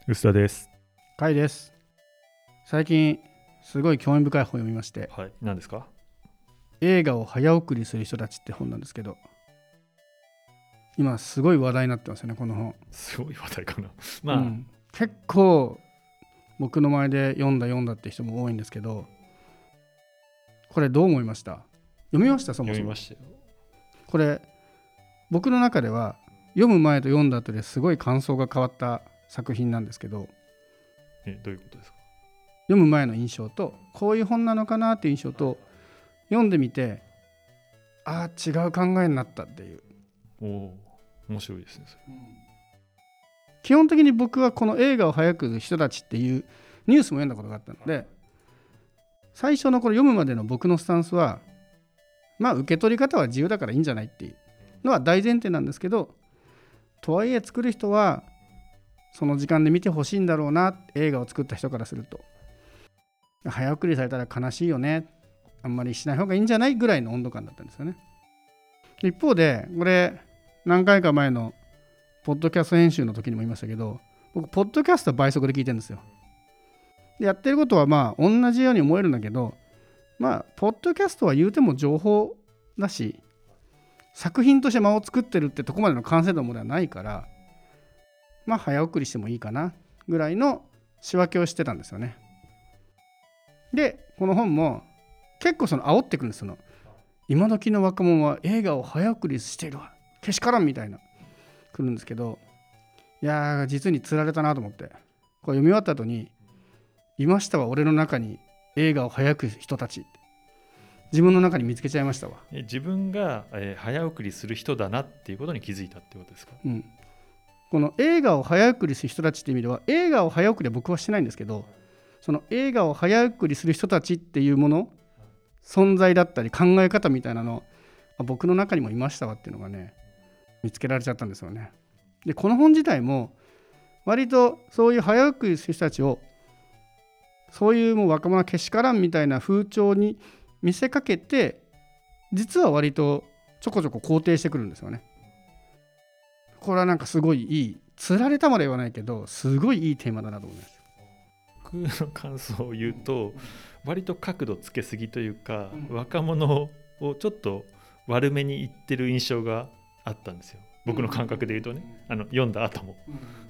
臼田です。 甲斐です。最近すごい興味深い本を読みまして、 はい、何ですか？ 映画を早送りする人たちって本なんですけど、今すごい話題になってますよね、この本。 すごい話題かな。ま結構僕の前で読んだって人も多いんですけど、これどう思いました？読みました？そもそも読みましたよ。 これ僕の中では読む前と読んだ後ですごい感想が変わった作品なんですけど、 どういうことですか？ 読む前の印象とこういう本なのかなっていう印象と、読んでみて違う考えになったっていう。 おお、面白いですねそれ。 基本的に僕はこの映画を早く人たちっていうニュースも読んだことがあったので、最初のこれ読むまでの僕のスタンスは、受け取り方は自由だからいいんじゃないっていうのは大前提なんですけど、とはいえ作る人はその時間で見てほしいんだろうな、映画を作った人からすると。早送りされたら悲しいよね、あんまりしない方がいいんじゃないぐらいの温度感だったんですよね。一方でこれ何回か前のポッドキャスト編集の時にも言いましたけど、僕ポッドキャストは倍速で聞いてるんですよ。でやってることは同じように思えるんだけど、ポッドキャストは言うても情報だし、作品として間を作ってるってとこまでの完成度もではないから、早送りしてもいいかなぐらいの仕分けをしてたんですよね。でこの本も結構煽ってくるんですよ。今時の若者は映画を早送りしているわ、けしからんみたいな来るんですけど、いや実につられたなと思って、これ読み終わった後に、いましたわ俺の中に映画を早く人たち、自分の中に見つけちゃいましたわ。 自分が、早送りする人だなっていうことに気づいたってことですか？ この映画を早送りする人たちっていう意味では、映画を早送りは僕はしてないんですけど、その映画を早送りする人たちっていうもの、存在だったり考え方みたいなの、僕の中にもいましたわっていうのがね、見つけられちゃったんですよね。でこの本自体も割とそういう早送りする人たちを、そういうもう若者はけしからんみたいな風潮に見せかけて、実は割とちょこちょこ肯定してくるんですよね。これはなんかすごいいい、つられたまで言わないけどすごいいいテーマだなと思います。 僕の感想を言うと、割と角度つけすぎというか、若者をちょっと悪めに言ってる印象があったんですよ、僕の感覚で言うとね。読んだ後も、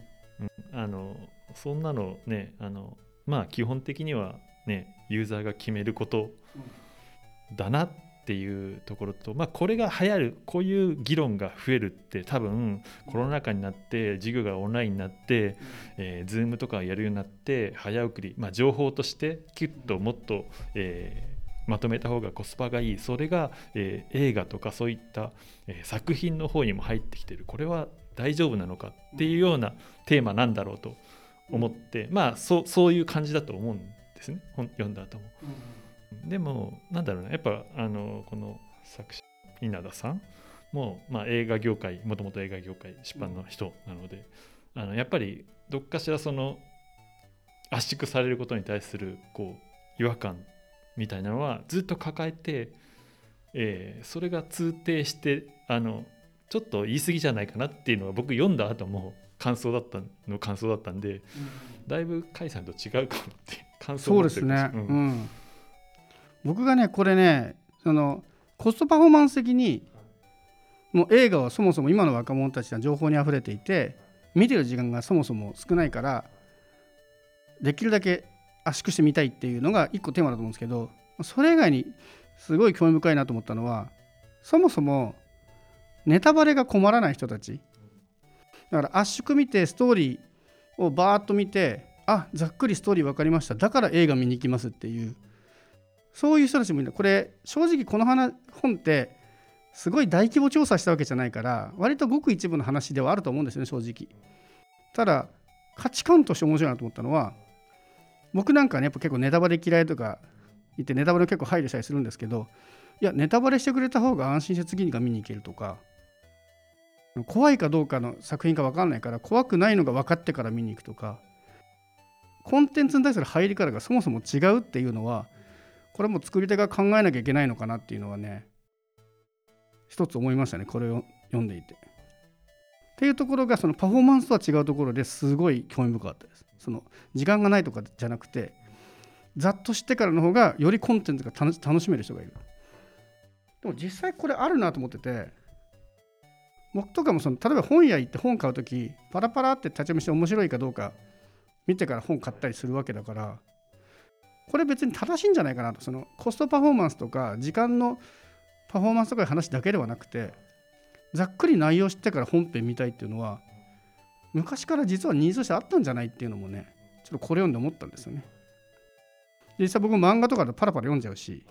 そんなのね、基本的にはね、ユーザーが決めることだなっていうところと、これが流行る、こういう議論が増えるって多分コロナ禍になって授業がオンラインになって、Zoom とかやるようになって早送り、情報としてキュッともっと、まとめた方がコスパがいい、それが、映画とかそういった、作品の方にも入ってきてる、これは大丈夫なのかっていうようなテーマなんだろうと思って、そういう感じだと思うんですね、読んだ後も。でもなんだろうね、やっぱこの作者稲田さんも、映画業界、もともと映画業界出版の人なので、やっぱりどっかしらその圧縮されることに対する違和感みたいなのはずっと抱えて、それが通底して、ちょっと言い過ぎじゃないかなっていうのは僕読んだ後も感想だったんで、だいぶ甲斐さんと違うかもっていう感想を持ってるんですよ。 そうですね、僕がねこれね、コストパフォーマンス的にもう映画はそもそも今の若者たちは情報にあふれていて、見てる時間がそもそも少ないから、できるだけ圧縮してみたいっていうのが一個テーマだと思うんですけど、それ以外にすごい興味深いなと思ったのは、そもそもネタバレが困らない人たちだから、圧縮見てストーリーをバーッと見て、ざっくりストーリー分かりました、だから映画見に行きますっていう、そういう人たちもいる。これ正直この本ってすごい大規模調査したわけじゃないから、割とごく一部の話ではあると思うんですよね、正直。ただ価値観として面白いなと思ったのは、僕なんかねやっぱ結構ネタバレ嫌いとか言ってネタバレを結構配慮したりするんですけど、いやネタバレしてくれた方が安心して次が見に行けるとか、怖いかどうかの作品か分かんないから怖くないのが分かってから見に行くとか、コンテンツに対する入り方がそもそも違うっていうのは、これも作り手が考えなきゃいけないのかなっていうのはね、一つ思いましたね、これを読んでいて。 っていうところがそのパフォーマンスとは違うところですごい興味深かったです。その時間がないとかじゃなくて、ざっと知ってからの方がよりコンテンツが楽しめる人がいる。でも実際これあるなと思ってて、僕とかも例えば本屋行って本買うときパラパラって立ち読みして面白いかどうか見てから本買ったりするわけだから、これ別に正しいんじゃないかなと。そのコストパフォーマンスとか時間のパフォーマンスとかいう話だけではなくて、ざっくり内容知ってから本編見たいっていうのは昔から実はニーズとしてあったんじゃないっていうのもね、ちょっとこれ読んで思ったんですよね。実際僕漫画とかでパラパラ読んじゃうし、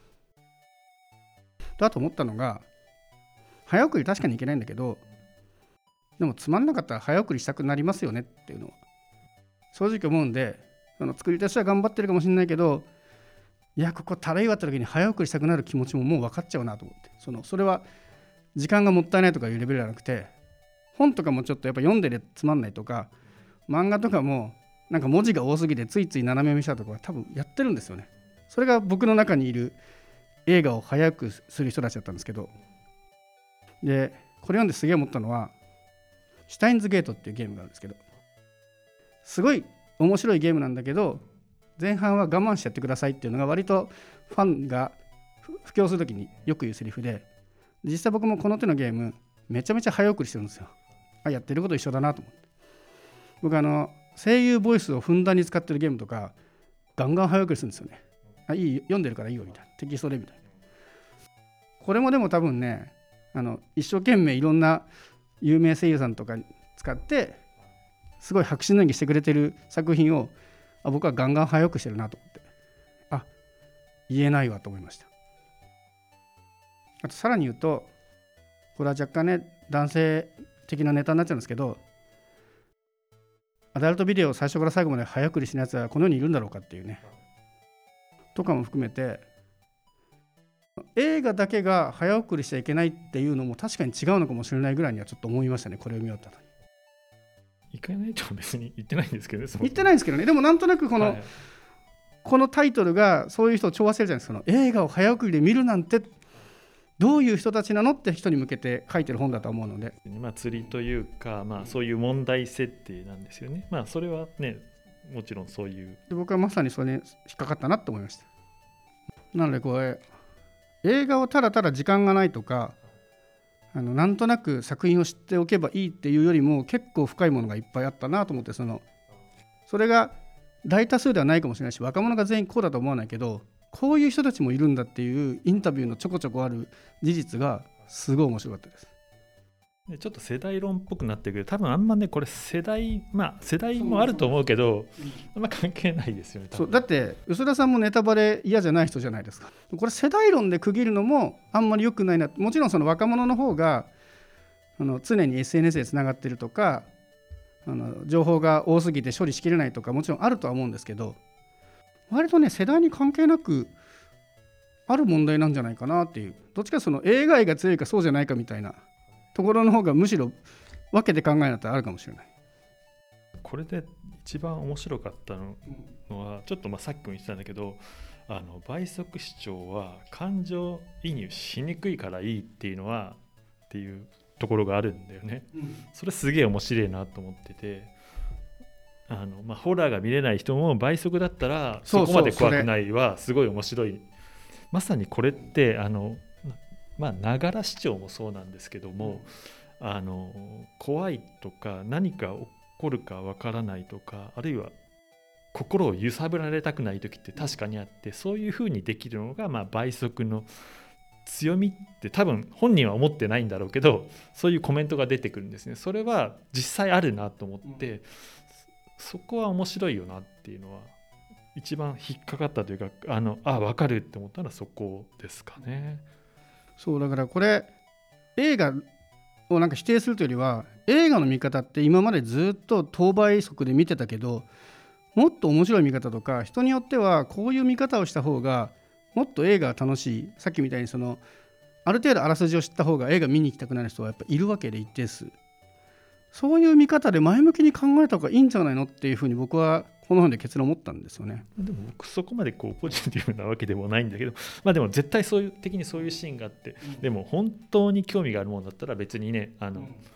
あと思ったのが、早送り確かにいけないんだけど、でもつまんなかったら早送りしたくなりますよねっていうのは正直思うんで、作り手としては頑張ってるかもしれないけど、いやここたらいわった時に早送りしたくなる気持ちももう分かっちゃうなと思って、それは時間がもったいないとかいうレベルじゃなくて、本とかもちょっとやっぱ読んでてつまんないとか、漫画とかもなんか文字が多すぎてついつい斜め読みしたとか多分やってるんですよね。それが僕の中にいる映画を早くする人たちだったんですけど、でこれ読んですげえ思ったのは、シュタインズゲートっていうゲームがあるんですけど、すごい面白いゲームなんだけど、前半は我慢してやってくださいっていうのが割とファンが布教するときによく言うセリフで、実際僕もこの手のゲームめちゃめちゃ早送りしてるんですよ。やってること一緒だなと思って。僕声優ボイスをふんだんに使ってるゲームとかガンガン早送りするんですよね。いい読んでるからいいよみたいな、テキストでみたいな。これもでも多分ね、一生懸命いろんな有名声優さんとか使ってすごい迫真の演技してくれてる作品を僕はガンガン早くしてるなと思って、言えないわと思いました。あとさらに言うと、これは若干ね男性的なネタになっちゃうんですけど、アダルトビデオを最初から最後まで早送りしないやつはこの世にいるんだろうかっていうねとかも含めて、映画だけが早送りしちゃいけないっていうのも確かに違うのかもしれないぐらいにはちょっと思いましたね、これを見終わったのに。 いかないと別に言ってないんですけどね。 言ってないんですけどね。でもなんとなくこのタイトルがそういう人を調和してるじゃないですか。映画を早送りで見るなんてどういう人たちなのって人に向けて書いてる本だと思うので、 釣りというか、そういう問題設定なんですよね。それはね、もちろんそういうで、僕はまさにそれに引っかかったなと思いました。なのでこれ映画をただただ時間がないとかなんとなく作品を知っておけばいいっていうよりも結構深いものがいっぱいあったなと思って、それが大多数ではないかもしれないし、若者が全員こうだと思わないけど、こういう人たちもいるんだっていうインタビューのちょこちょこある事実がすごい面白かったです。 ちょっと世代論っぽくなってくる。多分あんまねこれ世代もあると思うけど、関係ないですよね。 そうだって薄田さんもネタバレ嫌じゃない人じゃないですか。これ世代論で区切るのもあんまり良くないな。もちろんその若者の方が常に SNS でつながってるとか情報が多すぎて処理しきれないとかもちろんあるとは思うんですけど、割とね世代に関係なくある問題なんじゃないかなっていう、どっちか映画愛が強いかそうじゃないかみたいなところの方がむしろ分けて考えなったらあるかもしれない。 これで一番面白かったのは、ちょっとさっきも言ってたんだけど、倍速視聴は感情移入しにくいからいいっていうのはっていうところがあるんだよね。それすげえ面白いなと思ってて、ホラーが見れない人も倍速だったらそこまで怖くないはすごい面白い。まさにこれってながら視聴もそうなんですけども、怖いとか何か起こるかわからないとか、あるいは心を揺さぶられたくない時って確かにあって、そういう風にできるのが倍速の強みって多分本人は思ってないんだろうけど、そういうコメントが出てくるんですね。それは実際あるなと思って、そこは面白いよなっていうのは一番引っかかったというか、分かるって思ったのはそこですかね。 そうだからこれ映画をなんか否定するというよりは、映画の見方って今までずっと等倍速で見てたけど、もっと面白い見方とか、人によってはこういう見方をした方がもっと映画が楽しい、さっきみたいにある程度あらすじを知った方が映画見に行きたくなる人はやっぱいるわけで一定数。そういう見方で前向きに考えた方がいいんじゃないのっていうふうに僕はこの本で結論を持ったんですよね。 でも僕そこまでポジティブなわけでもないんだけど、でも絶対そういう的にそういうシーンがあって、でも本当に興味があるものだったら別にね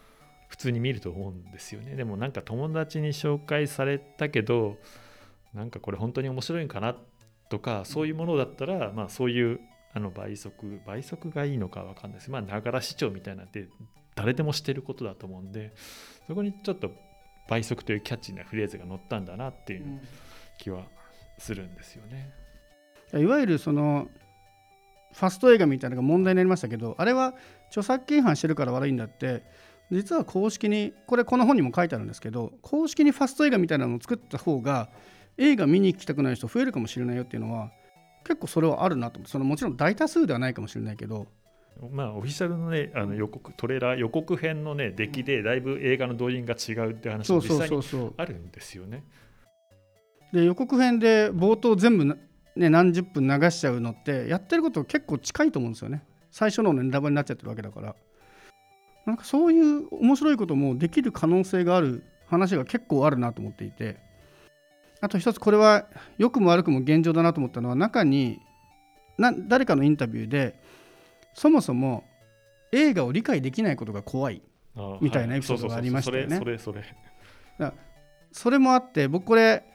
普通に見ると思うんですよね。でもなんか友達に紹介されたけどなんかこれ本当に面白いんかなとかそういうものだったら、まあそういう倍速がいいのか分かんないです。まあながら視聴みたいなんて誰でもしてることだと思うんで、そこにちょっと倍速というキャッチーなフレーズが載ったんだなっていう気はするんですよね。 いわゆるそのファスト映画みたいなのが問題になりましたけど、あれは著作権違反してるから悪いんだって、実は公式にこの本にも書いてあるんですけど、公式にファスト映画みたいなのを作った方が映画見に行きたくない人増えるかもしれないよっていうのは結構それはあるなと思って、そのもちろん大多数ではないかもしれないけど、 まあオフィシャルのねトレーラー予告編のね出来でだいぶ映画の動員が違うって話も実際にあるんですよね。 で予告編で冒頭全部ね何十分流しちゃうのってやってること結構近いと思うんですよね。最初のネタバレになっちゃってるわけだから、なんかそういう面白いこともできる可能性がある話が結構あるなと思っていて、あと一つこれは良くも悪くも現状だなと思ったのは、中に誰かのインタビューでそもそも映画を理解できないことが怖いみたいなエピソードがありましたよね。それもあって、僕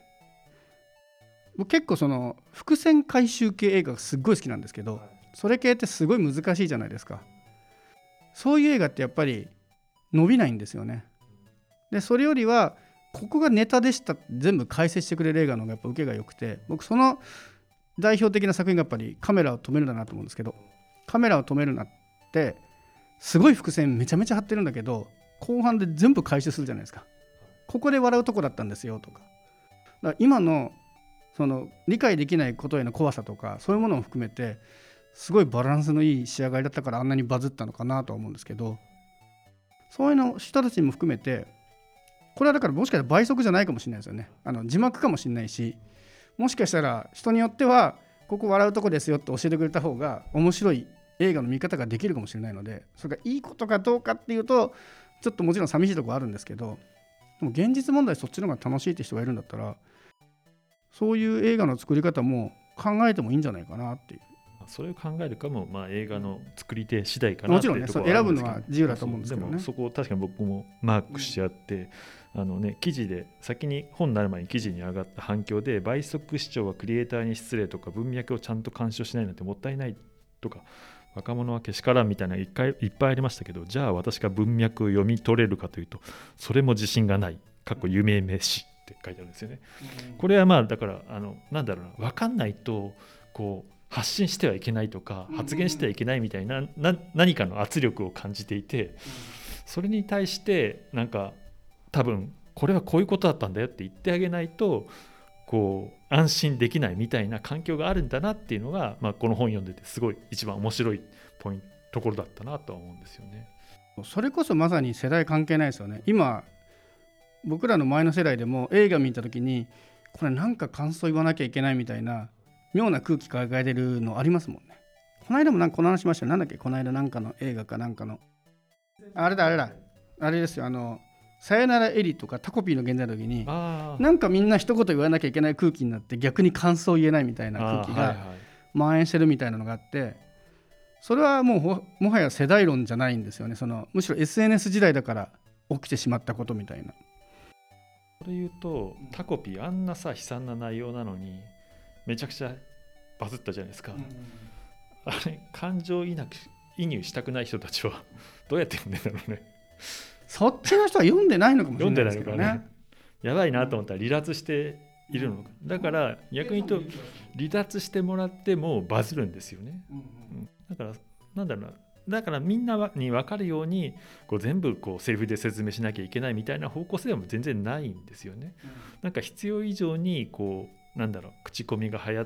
結構その伏線回収系映画がすっごい好きなんですけど、それ系ってすごい難しいじゃないですか。そういう映画ってやっぱり伸びないんですよね。でそれよりはここがネタでした全部解説してくれる映画の方がやっぱ受けが良くて、僕その代表的な作品がやっぱりカメラを止めるだなと思うんですけど、カメラを止めるなってすごい伏線めちゃめちゃ張ってるんだけど、後半で全部回収するじゃないですか。ここで笑うとこだったんですよとか。だから今のその理解できないことへの怖さとかそういうものも含めてすごいバランスのいい仕上がりだったからあんなにバズったのかなとは思うんですけど、そういうの人たちも含めてこれはだからもしかしたら倍速じゃないかもしれないですよね。字幕かもしれないし、もしかしたら人によってはここ笑うとこですよって教えてくれた方が面白い映画の見方ができるかもしれないので、それがいいことかどうかっていうとちょっともちろん寂しいところあるんですけど、でも現実問題そっちの方が楽しいって人がいるんだったらそういう映画の作り方も考えてもいいんじゃないかなっていう。 それを考えるかも、まあ、映画の作り手次第かなっていうところはあるんですけど、 もちろんね、選ぶのは自由だと思うんですけどね。 でもそこを確かに僕もマークしちゃって、記事で先に本になる前に記事に上がった反響で、倍速視聴はクリエイターに失礼とか文脈をちゃんと鑑賞しないなんてもったいないとか、若者はけしからんみたいなのいっぱいありましたけど、じゃあ私が文脈を読み取れるかというとそれも自信がない有名詞って書いてあるんですよね。これはまあだからなんだろうな、分かんないとこう発信してはいけないとか発言してはいけないみたいな、何かの圧力を感じていて、それに対してなんか多分これはこういうことだったんだよって言ってあげないとこう安心できないみたいな環境があるんだなっていうのが、まあ、この本読んでてすごい一番面白いところだったなとは思うんですよね。 それこそまさに世代関係ないですよね。今僕らの前の世代でも映画見た時にこれなんか感想言わなきゃいけないみたいな妙な空気抱えてるのありますもんね。この間もなんかこの話しましたよ。なんだっけ、この間なんかの映画かなんかのあれですよ、さよならエリとかタコピーの現在の時になんかみんな一言言わなきゃいけない空気になって逆に感想言えないみたいな空気が蔓延してるみたいなのがあって、それはもはや世代論じゃないんですよね。むしろ SNS 時代だから起きてしまったことみたいな。 それ言うとタコピーあんなさ悲惨な内容なのにめちゃくちゃバズったじゃないですか。あれ感情移入したくない人たちはどうやって読んでんだろうね。 そっちの人は読んでないのかもしれないですけどね。 読んでないのかね。やばいなと思ったら離脱しているのか。だから逆に言うと離脱してもらってもバズるんですよね。だからなんだろうな、だからみんなに分かるようにこう全部こうセリフで説明しなきゃいけないみたいな方向性は全然ないんですよね。なんか必要以上にこうなんだろう口コミが流行って、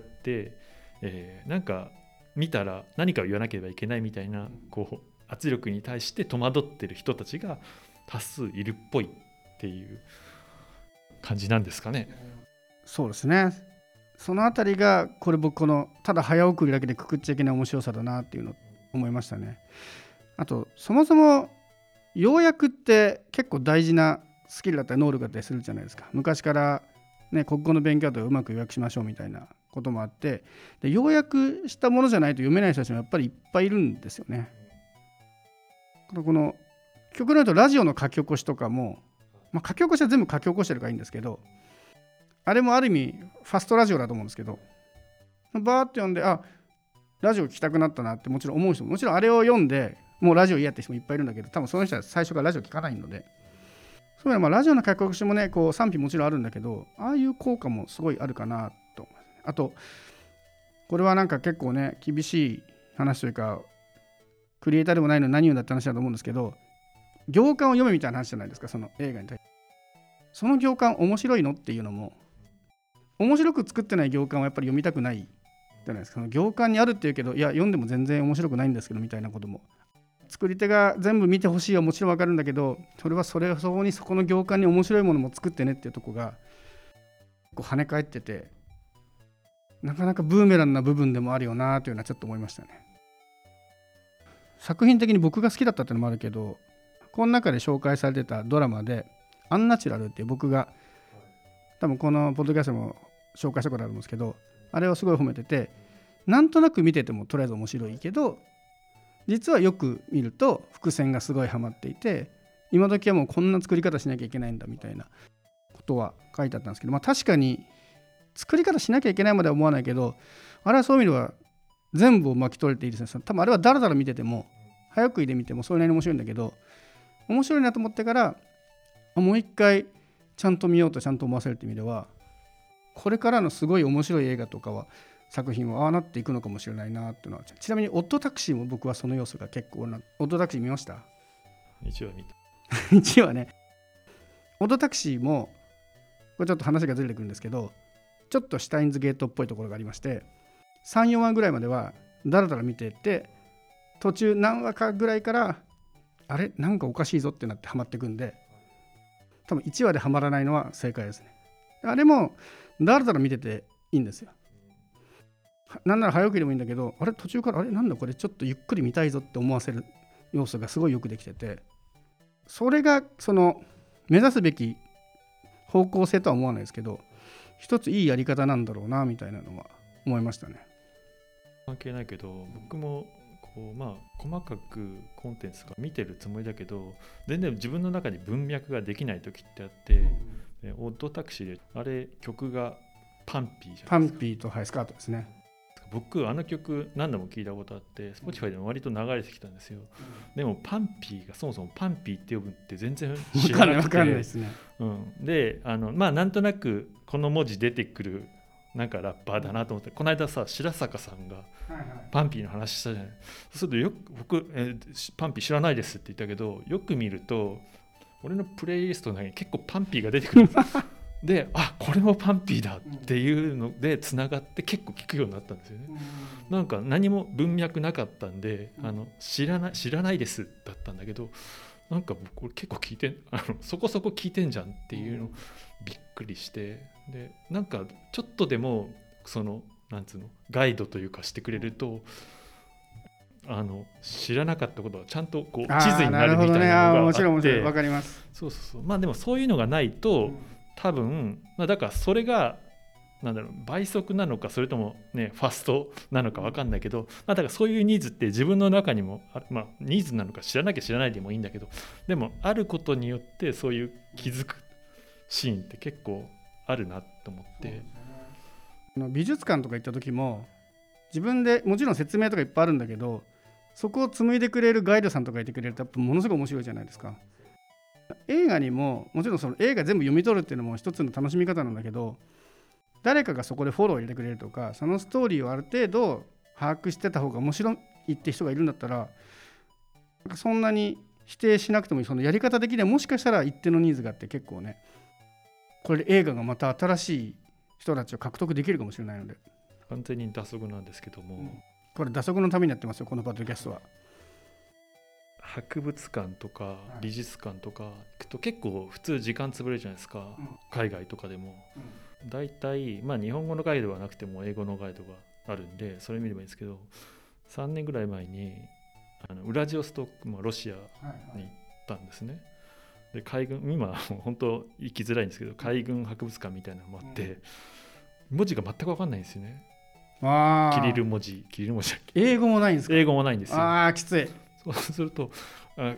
なんか見たら何かを言わなければいけないみたいなこう圧力に対して戸惑ってる人たちが多数いるっぽいっていう感じなんですかね。 そうですね。そのあたりが僕ただ早送りだけでくくっちゃいけない面白さだなっていうのを思いましたね。あとそもそも要約って結構大事なスキルだったり能力だったりするじゃないですか。昔からね、国語の勉強だとうまく要約しましょうみたいなこともあって、で要約したものじゃないと読めない人たちもやっぱりいっぱいいるんですよね。この極論言うとラジオの書き起こしとかも、まあ、書き起こしは全部書き起こしてるからいいんですけど、あれもある意味ファストラジオだと思うんですけど、バーって読んでラジオ聞きたくなったなってもちろん思う人も、もちろんあれを読んでもうラジオ嫌って人もいっぱいいるんだけど、多分その人は最初からラジオ聞かないので、そういうのはまあラジオの書き起こしもねこう賛否もちろんあるんだけど、ああいう効果もすごいあるかなと思います。あとこれはなんか結構ね厳しい話というか、クリエイターでもないのに何言うんだって話だと思うんですけど、行間を読めみたいな話じゃないですか、その映画に対して。その行間面白いのっていうのも、面白く作ってない行間はやっぱり読みたくないじゃないですか。その行間にあるっていうけど、いや読んでも全然面白くないんですけどみたいなことも、作り手が全部見てほしいはもちろん分かるんだけど、それはそこの行間に面白いものも作ってねっていうとこがこう跳ね返ってて、なかなかブーメランな部分でもあるよなというのはちょっと思いましたね。作品的に僕が好きだったっていうのもあるけど、この中で紹介されてたドラマでアンナチュラルっていう、僕が多分このポッドキャストも紹介したことあるんですけど、あれをすごい褒めてて、なんとなく見ててもとりあえず面白いけど、実はよく見ると伏線がすごいハマっていて、今時はもうこんな作り方しなきゃいけないんだみたいなことは書いてあったんですけど、まあ確かに作り方しなきゃいけないまでは思わないけど、あれはそういう意味では全部を巻き取れていいですね。多分あれはだらだら見てても早送りで見てもそれなりに面白いんだけど、面白いなと思ってからもう一回ちゃんと見ようとちゃんと思わせるって意味では、これからのすごい面白い映画とかは作品はああなっていくのかもしれないなっていうのは。ちなみにオッドタクシーも僕はその要素が結構な。オッドタクシー見ました？ 一応見た。 一応はね、オッドタクシーもこれちょっと話がずれてくるんですけど、ちょっとシュタインズゲートっぽいところがありまして、3、4話ぐらいまではだらだら見ていって、途中何話かぐらいからあれなんかおかしいぞってなってハマっていくんで、多分1話でハマらないのは正解ですね。あれもだらだら見てていいんですよ。なんなら早送りでもいいんだけど、あれ途中からあれなんだこれちょっとゆっくり見たいぞって思わせる要素がすごいよくできてて、それがその目指すべき方向性とは思わないですけど、一ついいやり方なんだろうなみたいなのは思いましたね。 関係ないけど、僕もこうまあ細かくコンテンツとか見てるつもりだけど、全然自分の中に文脈ができない時ってあって、オッドタクシーであれ曲がパンピーじゃないですか。 パンピーとハイスカートですね。 僕あの曲何度も聞いたことあって Spotify でも割と流れてきたんですよ。でもパンピーがそもそもパンピーって呼ぶって全然知らなくて、 分かんないですね。 でまあなんとなくこの文字出てくるなんかラッパーだなと思って、この間さ白坂さんがパンピーの話したじゃない。そうするとよく僕、パンピー知らないですって言ったけど、よく見ると俺のプレイリストの中に結構パンピーが出てくるで、これもパンピーだっていうのでつながって結構聞くようになったんですよね。なんか何も文脈なかったんで、知らないですだったんだけど、なんか僕これ結構聞いてそこそこ聞いてんじゃんっていうのびっくりして、でなんかちょっとでもそのなんつうのガイドというかしてくれると、知らなかったことはちゃんとこう地図になるみたいなのがあって、 もちろんわかります。 そうまあでもそういうのがないと、多分、だからそれがなんだろう倍速なのかそれともねファストなのか分かんないけど、だからそういうニーズって自分の中にもニーズなのか知らなきゃ知らないでもいいんだけど、でもあることによってそういう気づくシーンって結構あるなと思って、 美術館とか行った時も自分でもちろん説明とかいっぱいあるんだけど、そこを紡いでくれるガイドさんとかいてくれるとやっぱものすごい面白いじゃないですか。映画にももちろんその映画全部読み取るっていうのも一つの楽しみ方なんだけど、誰かがそこでフォローを入れてくれるとか、そのストーリーをある程度把握してた方が面白いって人がいるんだったら、そんなに否定しなくてもいい。そのやり方的にはもしかしたら一定のニーズがあって、結構ねこれで映画がまた新しい人たちを獲得できるかもしれないので。 完全に打足なんですけども、 これ打足のためにやってますよこのポッドキャストは。 博物館とか美術館とか行くと結構普通時間潰れるじゃないですか、海外とかでも。だいたい日本語のガイドはなくても英語のガイドがあるんでそれ見ればいいんですけど、3年ぐらい前にウラジオストク、ロシアに行ったんですね。で海軍、今本当行きづらいんですけど海軍博物館みたいなのもあって、文字が全く分かんないんですよね。キリル文字だっけ。 英語もないんですか。 英語もないんですよ。 きつい。 そうすると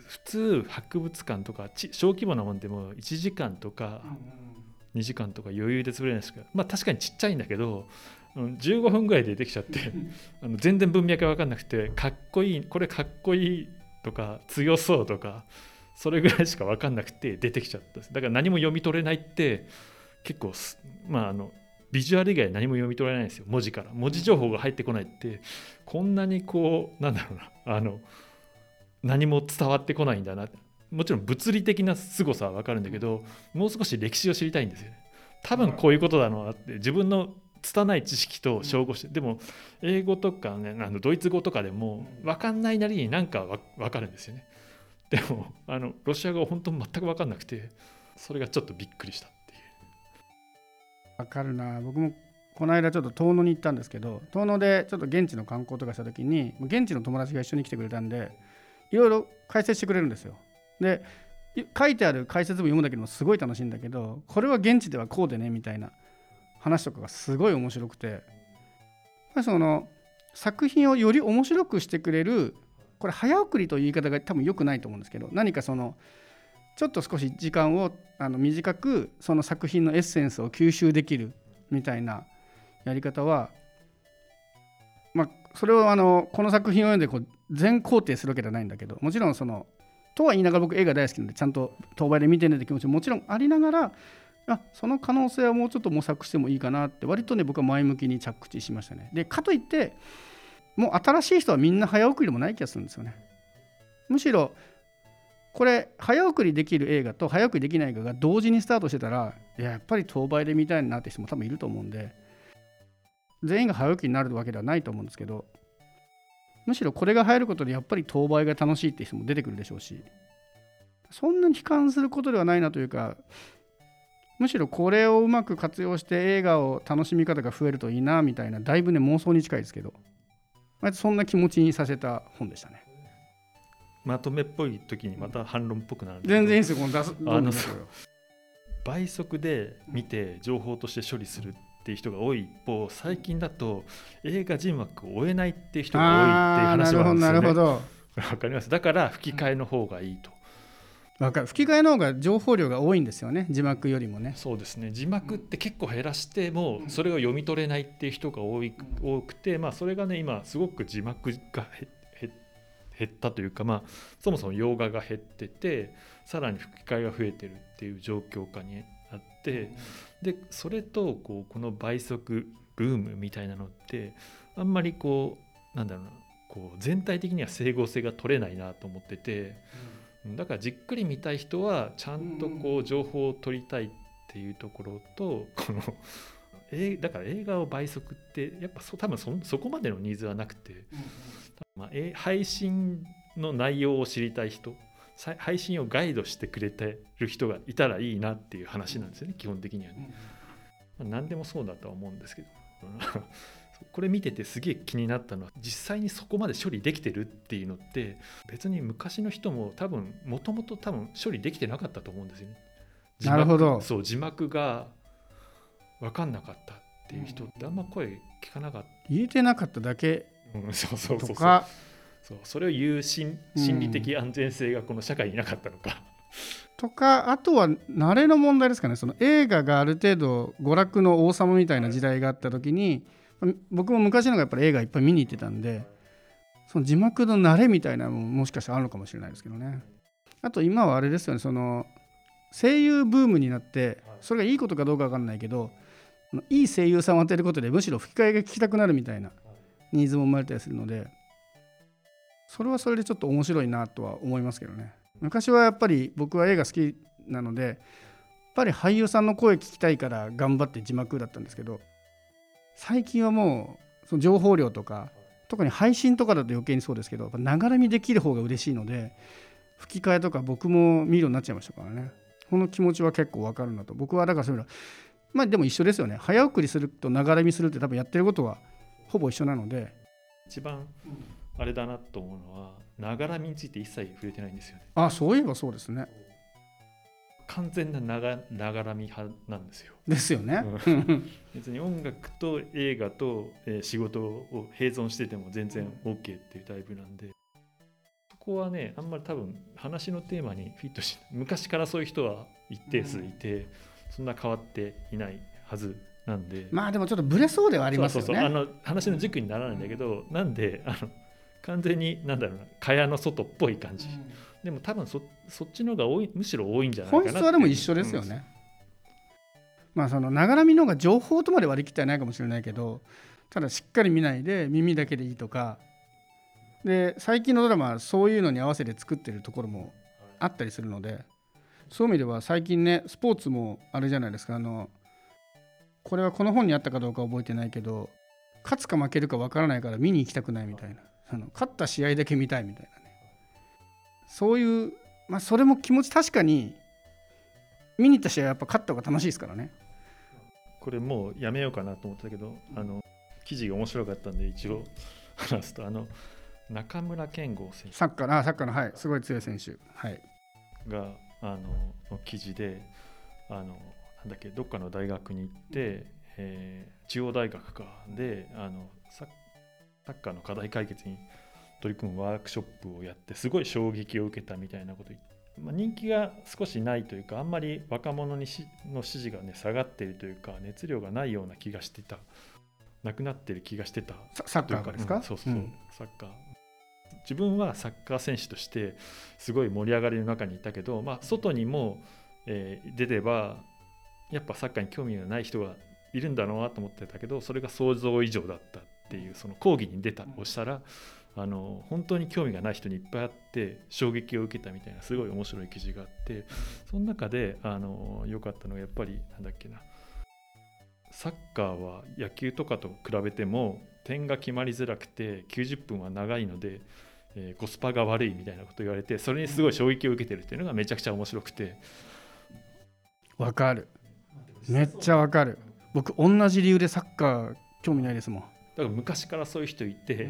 普通博物館とか小規模なもんでも1時間とか2時間とか余裕で潰れないですけど、まあ確かにちっちゃいんだけど15分ぐらいで出てきちゃって全然文脈が分かんなくて、かっこいい、これかっこいいとか強そうとかそれぐらいしか分かんなくて出てきちゃったんです。だから何も読み取れないって結構まあビジュアル以外何も読み取れないんですよ。文字から文字情報が入ってこないってこんなにこうなんだろうな何も伝わってこないんだな。もちろん物理的な凄さは分かるんだけど、もう少し歴史を知りたいんですよね。多分こういうことだろうなって自分の拙い知識と照合して、でも英語とかねドイツ語とかでも分かんないなりになんか分かるんですよね。でもロシア語は本当に全く分かんなくて、それがちょっとびっくりしたっていう。 分かるな。僕もこの間ちょっと遠野に行ったんですけど、遠野でちょっと現地の観光とかした時に現地の友達が一緒に来てくれたんでいろいろ解説してくれるんですよ。で書いてある解説文読むだけでもすごい楽しいんだけど、これは現地ではこうでねみたいな話とかがすごい面白くて、その作品をより面白くしてくれる、これ早送りという言い方が多分良くないと思うんですけど、何かそのちょっと少し時間を短くその作品のエッセンスを吸収できるみたいなやり方は、それをこの作品を読んで全肯定するわけではないんだけど、もちろんとは言いながら僕映画大好きなのでちゃんと当倍で見てねって気持ちももちろんありながら、その可能性はもうちょっと模索してもいいかなって割とね僕は前向きに着地しましたね。でかといってもう新しい人はみんな早送りでもない気がするんですよね。むしろこれ早送りできる映画と早送りできない映画が同時にスタートしてたら、やっぱり当倍で見たいなって人も多分いると思うんで、全員が早送りになるわけではないと思うんですけど、むしろこれが入ることでやっぱり当倍が楽しいって人も出てくるでしょうし、そんなに悲観することではないなというか、むしろこれをうまく活用して映画を楽しみ方が増えるといいなみたいな、だいぶね妄想に近いですけど、そんな気持ちにさせた本でしたね。 まとめっぽい時にまた反論っぽくなるんですけど、全然いいですよ。この倍速で見て情報として処理するっていう人が多い一方、最近だと映画字幕を追えないっていう人が多いっていう話もあるんですよね。 なるほど。 わかります。だから吹き替えの方がいいと。 吹き替えの方が情報量が多いんですよね、字幕よりもね。 そうですね。字幕って結構減らしてもそれを読み取れないっていう人が多くて、それがね今すごく字幕が減ったというか、そもそも洋画が減ってて、さらに吹き替えが増えてるっていう状況下にあって、でそれとこの倍速ブームみたいなのってあんまりなんだろうな、全体的には整合性が取れないなと思ってて、だからじっくり見たい人はちゃんと情報を取りたいっていうところと、だから映画を倍速ってやっぱ多分そこまでのニーズはなくて、配信の内容を知りたい人、配信をガイドしてくれてる人がいたらいいなっていう話なんですよね、基本的にはね。何でもそうだとは思うんですけどこれ見ててすげえ気になったのは、実際にそこまで処理できてるっていうのって別に昔の人ももともと処理できてなかったと思うんですよね。 なるほど。 そう、字幕が分かんなかったっていう人ってあんま声聞かなかった。 言えてなかっただけとか、 それを言う心理的安全性がこの社会になかったのかとか、あとは慣れの問題ですかね。その映画がある程度娯楽の王様みたいな時代があった時に、僕も昔のがやっぱり映画いっぱい見に行ってたんで、その字幕の慣れみたいなのももしかしたらあるのかもしれないですけどね。あと今はあれですよね、その声優ブームになって、それがいいことかどうか分かんないけど、いい声優さんを当てることでむしろ吹き替えが聞きたくなるみたいなニーズも生まれたりするので、それはそれでちょっと面白いなとは思いますけどね。昔はやっぱり僕は映画好きなので、やっぱり俳優さんの声聞きたいから頑張って字幕だったんですけど、最近はもうその情報量とか、特に配信とかだと余計にそうですけど、ながら見できる方が嬉しいので、吹き替えとか僕も見るようになっちゃいましたからね。この気持ちは結構わかるなと。僕はだからそういうのでも一緒ですよね。早送りするとながら見するって多分やってることはほぼ一緒なので。 一番あれだなと思うのは、ながら見について一切触れてないんですよね。 そういえばそうですね。 完全なながら見派なんですよ。 ですよね。 別に音楽と映画と仕事を並存してても全然 OK っていうタイプなんで、そこはねあんまり多分話のテーマにフィットしない。昔からそういう人は一定数いて、そんな変わっていないはずなんで、 まあでもちょっとブレそうではありますよね。 そう話の軸にならないんだけど、なんで完全になんだろうな、蚊帳の外っぽい感じ、でも多分そっちの方が多い、むしろ多いんじゃないかなって。 本質はでも一緒ですよね、まあそのながら見の方が情報とまで割り切ってはないかもしれないけど、ただしっかり見ないで耳だけでいいとかで、最近のドラマはそういうのに合わせて作ってるところもあったりするので、そういう意味では最近ねスポーツもあれじゃないですか、これはこの本にあったかどうか覚えてないけど、勝つか負けるか分からないから見に行きたくないみたいな、勝った試合だけ見たいみたいなね、そういう、まあそれも気持ち、確かに見に行った試合はやっぱ勝った方が楽しいですからね。 これもうやめようかなと思ったけど、記事が面白かったんで一応話すと、中村健吾選手、 サッカーの、はい、すごい強い選手、はい、 がの記事で、なんだっけ、どっかの大学に行って、中央大学かでサッカーの課題解決に取り組むワークショップをやって、すごい衝撃を受けたみたいなこと言って、人気が少しないというか、あんまり若者の支持が、ね、下がっているというか、熱量がないような気がしてた、なくなってる気がしてた。 サッカーがですか？ そうそう、サッカー。自分はサッカー選手としてすごい盛り上がりの中にいたけど、外にも、出ればやっぱサッカーに興味がない人がいるんだろうなと思ってたけど、それが想像以上だったっていう、その講義に出たをしたら、本当に興味がない人にいっぱいあって衝撃を受けたみたいな、すごい面白い記事があって、その中で良かったのがやっぱりなんだっけな、サッカーは野球とかと比べても点が決まりづらくて90分は長いので、コスパが悪いみたいなこと言われて、それにすごい衝撃を受けてるっていうのがめちゃくちゃ面白くて。 わかる、めっちゃわかる。僕同じ理由でサッカー興味ないですもん。 だから昔からそういう人いて、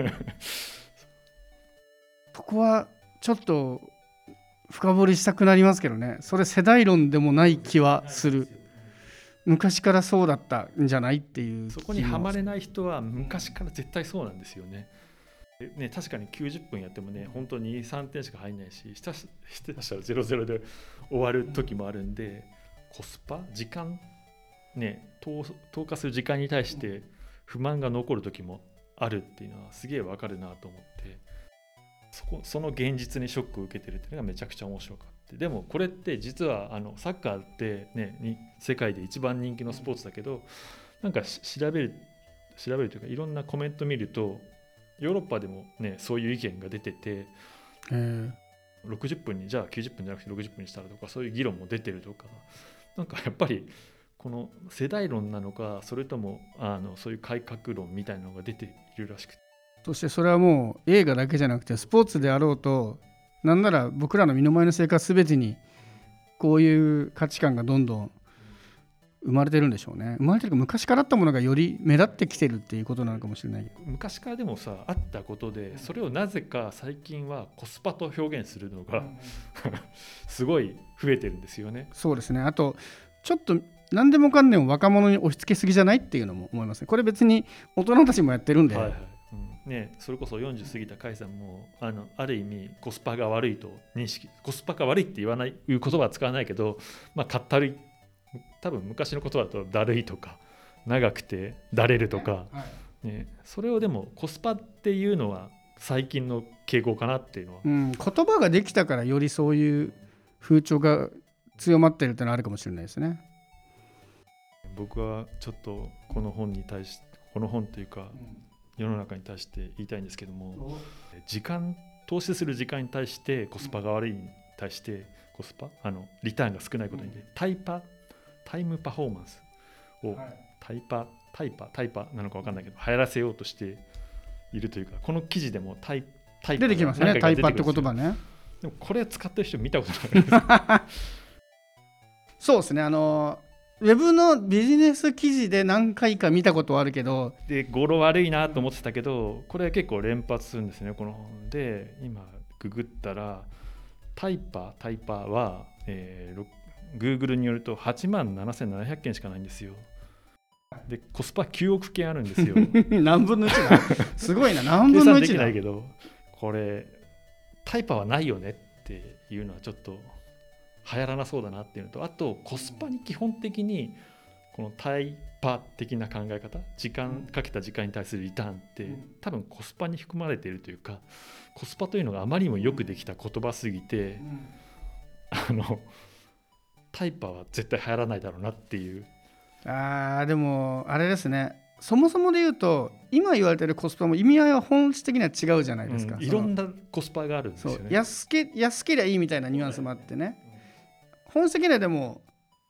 そこはちょっと深掘りしたくなりますけどね。それ世代論でもない気はする。昔からそうだったんじゃないっていう。 そこにはまれない人は昔から絶対そうなんですよね。確かに90分やってもね、本当に3点しか入んないし、下手したら 0-0 で終わる時もあるんで、コスパ、時間ね、投下する時間に対して不満が残る時もあるっていうのはすげえわかるなと思って、その現実にショックを受けてるっていうのがめちゃくちゃ面白かった。でもこれって実はサッカーってね、世界で一番人気のスポーツだけど、なんか調べるというか、いろんなコメント見るとヨーロッパでもねそういう意見が出てて、60分にじゃあ90分じゃなくて60分にしたらとか、そういう議論も出てるとか、なんかやっぱりこの世代論なのか、それともそういう改革論みたいなのが出ているらしくて、 そしてそれはもう映画だけじゃなくてスポーツであろうと、なんなら僕らの身の回りの生活すべてにこういう価値観がどんどん生まれてるんでしょうね。生まれてるか、昔からあったものがより目立ってきてるっていうことなのかもしれない。 昔からでもさあったことで、それをなぜか最近はコスパと表現するのがすごい増えてるんですよね。 そうですね。あとちょっと何でもかんでも若者に押し付けすぎじゃないっていうのも思いますね。これ別に大人たちもやってるんで、 それこそ40過ぎた甲斐さんもある意味コスパが悪いと認識、コスパが悪いって言う言葉は使わないけど、かったるい、多分昔の言葉だとだるいとか長くてだれるとか、それをでもコスパっていうのは最近の傾向かなっていうのは、 言葉ができたからよりそういう風潮が強まってるってのはあるかもしれないですね。 僕はちょっとこの本に対して、この本というか世の中に対して言いたいんですけども、投資する時間に対してコスパが悪いに対してコスパリターンが少ないことにで、タイムパフォーマンスをタイパなのか分かんないけど流行らせようとしているというか、この記事でもタイパ出てきますね。タイパって言葉ね。 でもこれ使ってる人見たことないですそうですね。ウェブのビジネス記事で何回か見たことはあるけど、 で語呂悪いなと思ってたけど、これ結構連発するんですね、この本で。今ググったらタイパは、Google によると87,700件しかないんですよ。でコスパ9億件あるんですよ何分の1だすごいな、何分の1だ。 計算できないけど、これタイパはないよねっていうのはちょっと流行らなそうだなっていうのと、あとコスパに基本的にこのタイパ的な考え方、時間かけた時間に対するリターンって多分コスパに含まれているというか、コスパというのがあまりにもよくできた言葉すぎて、タイパは絶対流行らないだろうなっていう。 でもあれですね、そもそもで言うと今言われてるコスパも意味合いは本質的には違うじゃないですか、 いろんなコスパがあるんですよね。 安けりゃいいみたいなニュアンスもあってね、本質的にはでも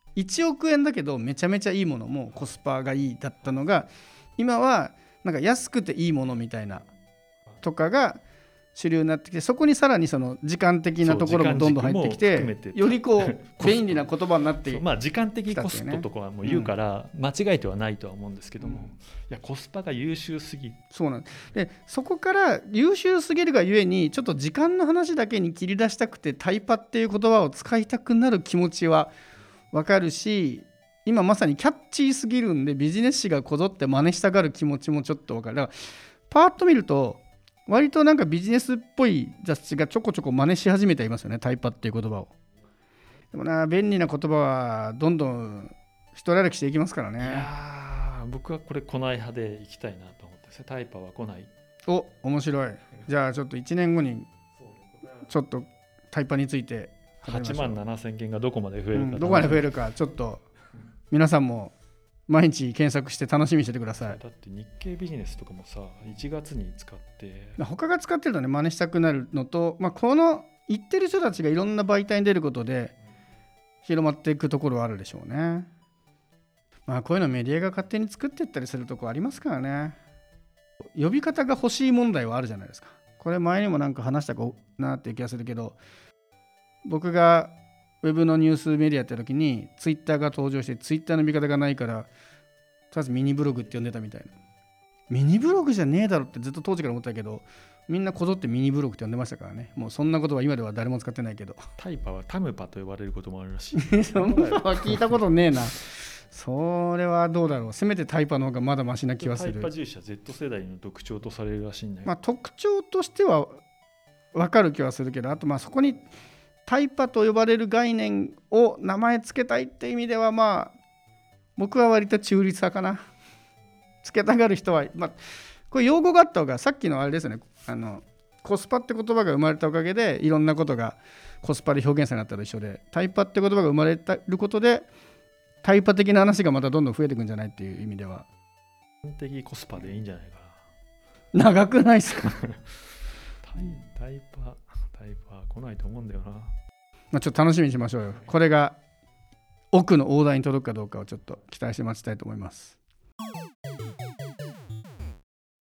1億円だけどめちゃめちゃいいものもコスパがいいだったのが、今はなんか安くていいものみたいなとかが主流になってきて、そこにさらにその時間的なところもどんどん入ってきて、よりこう便利な言葉になってきた、 時間的コストとかはもう言うから間違えてはないとは思うんですけども、いやコスパが優秀すぎ、 そうなんで、そこから優秀すぎるがゆえにちょっと時間の話だけに切り出したくてタイパっていう言葉を使いたくなる気持ちは分かるし、今まさにキャッチーすぎるんでビジネス誌がこぞって真似したがる気持ちもちょっと分かる。だからパーッと見ると割となんかビジネスっぽい雑誌がちょこちょこ真似し始めていますよね、タイパっていう言葉を。でもな、便利な言葉はどんどん一歩歩きしていきますからね。 いや僕はこれ来ない派でいきたいなと思ってですね。タイパは来ない。 面白い。じゃあちょっと1年後にちょっとタイパについて 8万7000件がどこまで増えるか、 どこまで増えるかちょっと皆さんも毎日検索して楽しみにしててください。 だって日経ビジネスとかもさ、1月に使って他が使ってるとね真似したくなるのと、この言ってる人たちがいろんな媒体に出ることで広まっていくところはあるでしょうね。こういうのメディアが勝手に作っていったりするとこありますからね。呼び方が欲しい問題はあるじゃないですか。これ前にもなんか話したかなっていう気がするけど、僕がウェブのニュースメディアやった時にツイッターが登場して、ツイッターの見方がないからとりあえずミニブログって呼んでたみたいな。ミニブログじゃねえだろってずっと当時から思ってたけど、みんなこぞってミニブログって呼んでましたからね。もうそんなことは今では誰も使ってないけど。 タイパはタムパと呼ばれることもあるらしい。 そんなのは聞いたことねえな。それはどうだろう。せめてタイパの方がまだマシな気はする。 タイパ重視は Z 世代の特徴とされるらしいんだよ。 特徴としては分かる気はするけど、あとそこにタイパと呼ばれる概念を名前つけたいって意味では僕は割と中立派かな。つけたがる人はこれ用語があった方が、さっきのあれですね、コスパって言葉が生まれたおかげでいろんなことがコスパで表現されたと一緒で、タイパって言葉が生まれることでタイパ的な話がまたどんどん増えていくんじゃないっていう意味では、 基本的コスパでいいんじゃないかな。長くないですか？ タイパ来ないと思うんだよな。ちょっと楽しみにしましょうよ。これが奥の大台に届くかどうかをちょっと期待して待ちたいと思います。